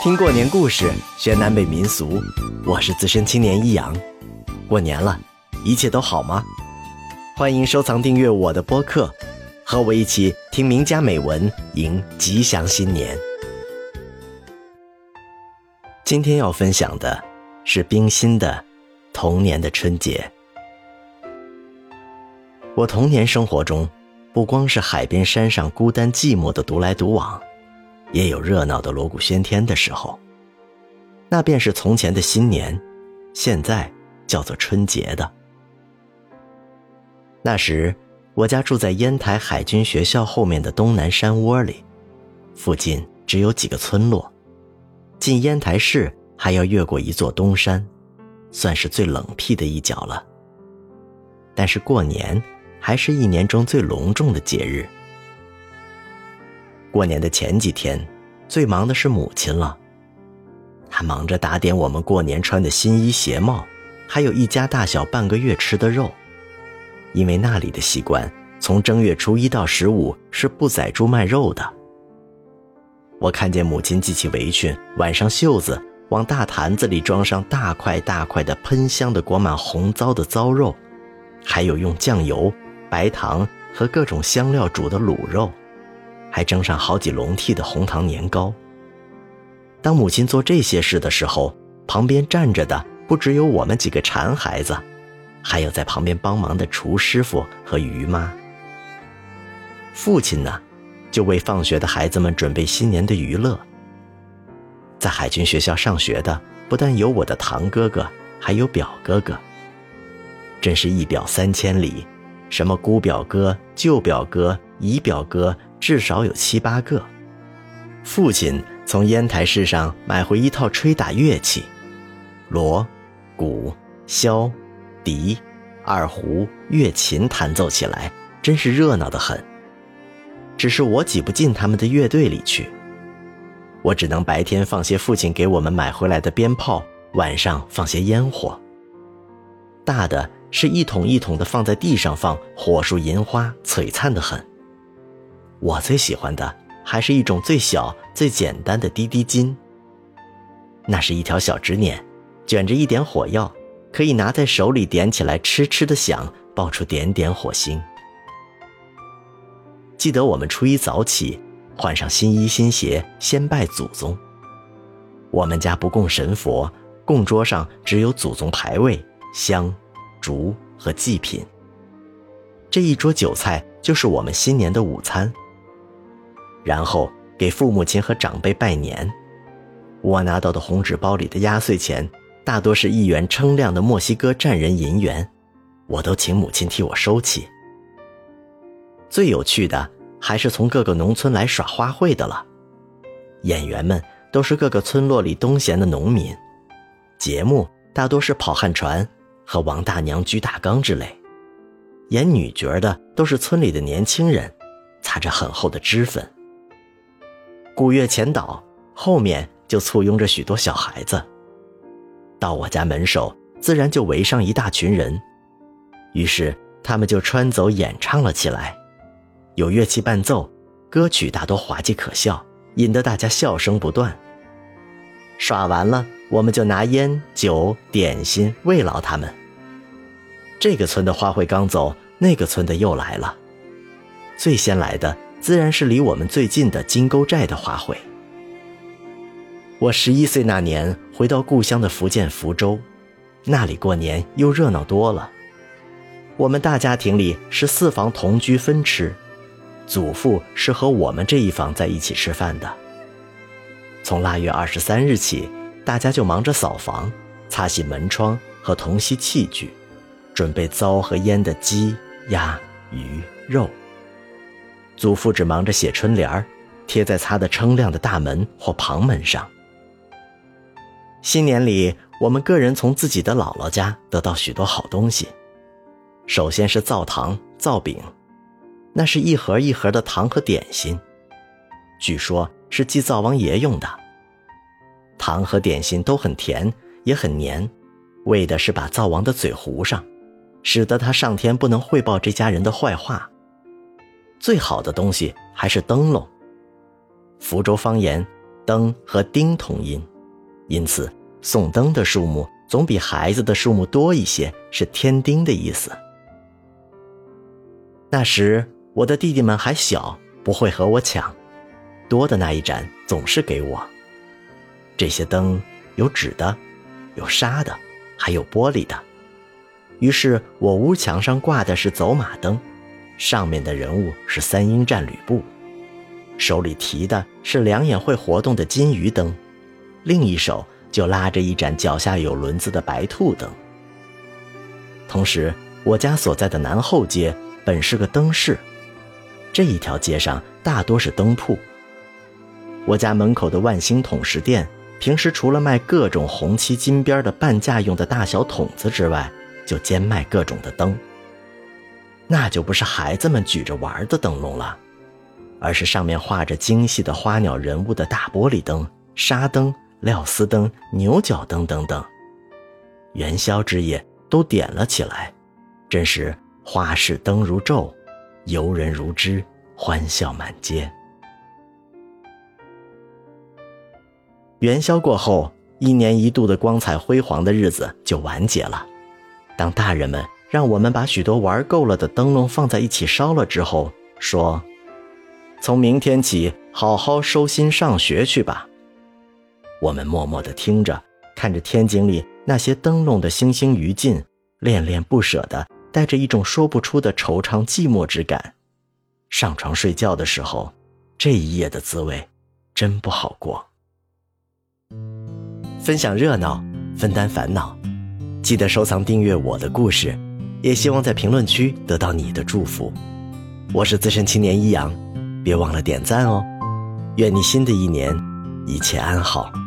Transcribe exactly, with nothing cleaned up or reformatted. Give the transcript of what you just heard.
听过年故事，学南北民俗，我是资深青年一阳。过年了，一切都好吗？欢迎收藏订阅我的播客，和我一起听名家美文，迎吉祥新年。今天要分享的是冰心的童年的春节。我童年生活中，不光是海边山上孤单寂寞的独来独往，也有热闹的锣鼓喧天的时候。那便是从前的新年，现在叫做春节的。那时我家住在烟台海军学校后面的东南山窝里，附近只有几个村落，进烟台市还要越过一座东山，算是最冷僻的一角了。但是过年还是一年中最隆重的节日。过年的前几天，最忙的是母亲了。她忙着打点我们过年穿的新衣鞋帽，还有一家大小半个月吃的肉。因为那里的习惯，从正月初一到十五是不宰猪卖肉的。我看见母亲系起围裙，挽上袖子，往大坛子里装上大块大块的喷香的裹满红糟的糟肉，还有用酱油、白糖和各种香料煮的卤肉，还蒸上好几笼屉的红糖年糕。当母亲做这些事的时候，旁边站着的不只有我们几个馋孩子，还有在旁边帮忙的厨师傅和姨妈。父亲呢，就为放学的孩子们准备新年的娱乐。在海军学校上学的不但有我的堂哥哥，还有表哥哥。真是一表三千里，什么姑表哥、舅表哥、姨表哥，至少有七八个。父亲从烟台市上买回一套吹打乐器，锣、鼓、箫、笛、二胡、乐琴弹奏起来，真是热闹得很。只是我挤不进他们的乐队里去，我只能白天放些父亲给我们买回来的鞭炮，晚上放些烟火。大的是一桶一桶的放在地上放，火树银花，璀璨得很。我最喜欢的还是一种最小最简单的滴滴金。那是一条小纸捻，卷着一点火药，可以拿在手里点起来，嗤嗤地响，爆出点点火星。记得我们初一早起，换上新衣新鞋，先拜祖宗。我们家不供神佛，供桌上只有祖宗牌位、香、烛和祭品。这一桌酒菜就是我们新年的午餐。然后给父母亲和长辈拜年。我拿到的红纸包里的压岁钱，大多是一元称量的墨西哥战人银元，我都请母亲替我收起。最有趣的还是从各个农村来耍花卉的了。演员们都是各个村落里东闲的农民，节目大多是跑旱船和王大娘举大缸之类。演女角的都是村里的年轻人，擦着很厚的脂粉。鼓乐前导，后面就簇拥着许多小孩子。到我家门首，自然就围上一大群人，于是他们就穿走演唱了起来。有乐器伴奏，歌曲大多滑稽可笑，引得大家笑声不断。耍完了，我们就拿烟、酒、点心慰劳他们。这个村的花卉刚走，那个村的又来了。最先来的自然是离我们最近的金沟寨的花卉。我十一岁那年回到故乡的福建福州，那里过年又热闹多了。我们大家庭里是四房同居分吃，祖父是和我们这一房在一起吃饭的。从腊月二十三日起，大家就忙着扫房，擦洗门窗和同吸器具，准备糟和腌的鸡、鸭、鱼、肉。祖父只忙着写春联，贴在擦得锃亮的大门或旁门上。新年里，我们个人从自己的姥姥家得到许多好东西。首先是灶糖、灶饼，那是一盒一盒的糖和点心，据说是祭灶王爷用的。糖和点心都很甜，也很黏，为的是把灶王的嘴糊上，使得他上天不能汇报这家人的坏话。最好的东西还是灯笼。福州方言灯和丁同音，因此送灯的数目总比孩子的数目多一些，是添丁的意思。那时我的弟弟们还小，不会和我抢，多的那一盏总是给我。这些灯有纸的，有纱的，还有玻璃的。于是我屋墙上挂的是走马灯，上面的人物是三英战吕布，手里提的是两眼会活动的金鱼灯，另一手就拉着一盏脚下有轮子的白兔灯。同时我家所在的南后街本是个灯市，这一条街上大多是灯铺。我家门口的万兴桶石店，平时除了卖各种红漆金边的半价用的大小桶子之外，就兼卖各种的灯。那就不是孩子们举着玩的灯笼了，而是上面画着精细的花鸟人物的大玻璃灯、纱灯、料丝灯、牛角灯等等。元宵之夜都点了起来，真是花市灯如昼，游人如织，欢笑满街。元宵过后，一年一度的光彩辉煌的日子就完结了。当大人们让我们把许多玩够了的灯笼放在一起烧了之后，说从明天起好好收心上学去吧。我们默默地听着，看着天井里那些灯笼的星星余烬，恋恋不舍地带着一种说不出的惆怅寂寞之感。上床睡觉的时候，这一夜的滋味真不好过。分享热闹，分担烦恼，记得收藏订阅我的故事，也希望在评论区得到你的祝福。我是资深青年一阳，别忘了点赞哦。愿你新的一年一切安好。